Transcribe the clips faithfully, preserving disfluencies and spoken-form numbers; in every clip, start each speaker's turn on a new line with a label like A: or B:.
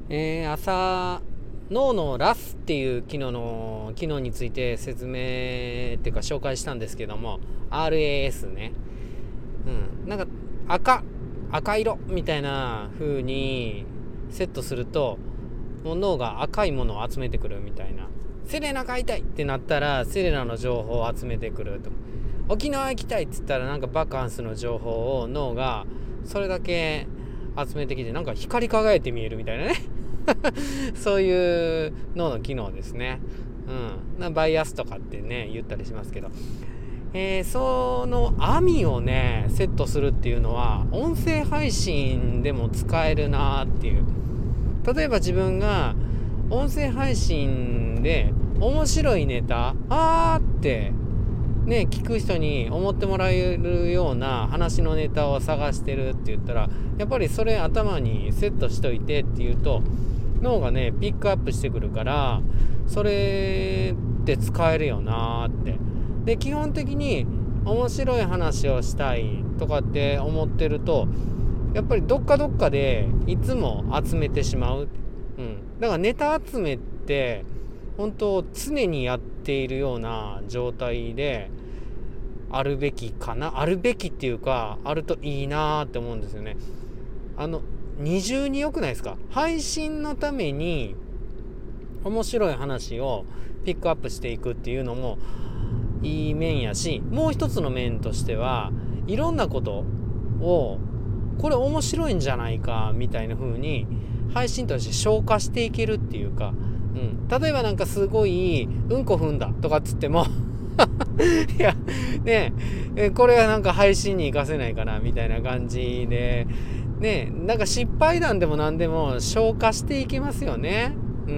A: えー、朝脳の ラス っていう機能の機能について説明っていうか紹介したんですけども、 アールエーエス ね。うん、なんか赤赤色みたいな風にセットすると、もう脳が赤いものを集めてくるみたいな。セレナ買いたいってなったらセレナの情報を集めてくると。沖縄行きたいって言ったらなんかバカンスの情報を脳がそれだけ集めてきて、なんか光り輝いて見えるみたいなねそういう脳の機能ですね。うん、なバイアスとかってね言ったりしますけど、えー、その網をねセットするっていうのは音声配信でも使えるなっていう。例えば自分が音声配信で面白いネタあーってね聞く人に思ってもらえるような話のネタを探してるって言ったら、やっぱりそれ頭にセットしといてっていうと脳がねピックアップしてくるから、それって使えるよなーって。で基本的に面白い話をしたいとかって思ってると、やっぱりどっかどっかでいつも集めてしまう。うん、だからネタ集めって本当常にやっているような状態であるべきかな、あるべきっていうかあるといいなって思うんですよね。あの二重に良くないですか？配信のために面白い話をピックアップしていくっていうのもいい面やし、もう一つの面としてはいろんなことをこれ面白いんじゃないかみたいな風に配信として消化していけるっていうか、うん、例えばなんかすごいうんこ踏んだとかっつってもいやねえ、これはなんか配信に活かせないかなみたいな感じでね、なんか失敗談でも何でも消化していけますよね。うん、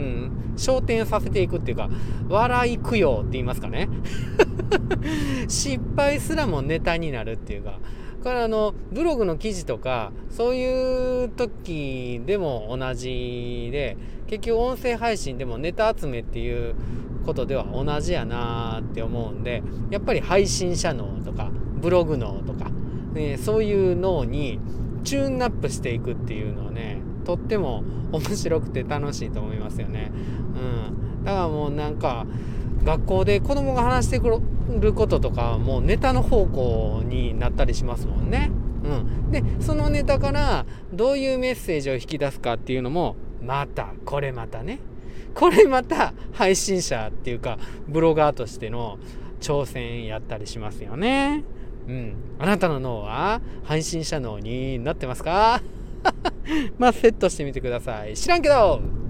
A: 昇天させていくっていうか、笑い供養って言いますかね失敗すらもネタになるっていうか、これあのブログの記事とかそういう時でも同じで、結局音声配信でもネタ集めっていうことでは同じやなって思うんで、やっぱり配信者脳とかブログ脳とか、ね、そういう脳にチューンアップしていくっていうのはね、とっても面白くて楽しいと思いますよね。うん、だからもうなんか学校で子供が話してくることとかもうネタの方向になったりしますもんね。うん、でそのネタからどういうメッセージを引き出すかっていうのもまたこれまたねこれまた配信者っていうかブロガーとしての挑戦やったりしますよね。うん、あなたの脳は配信者脳になってますかまあセットしてみてください。知らんけど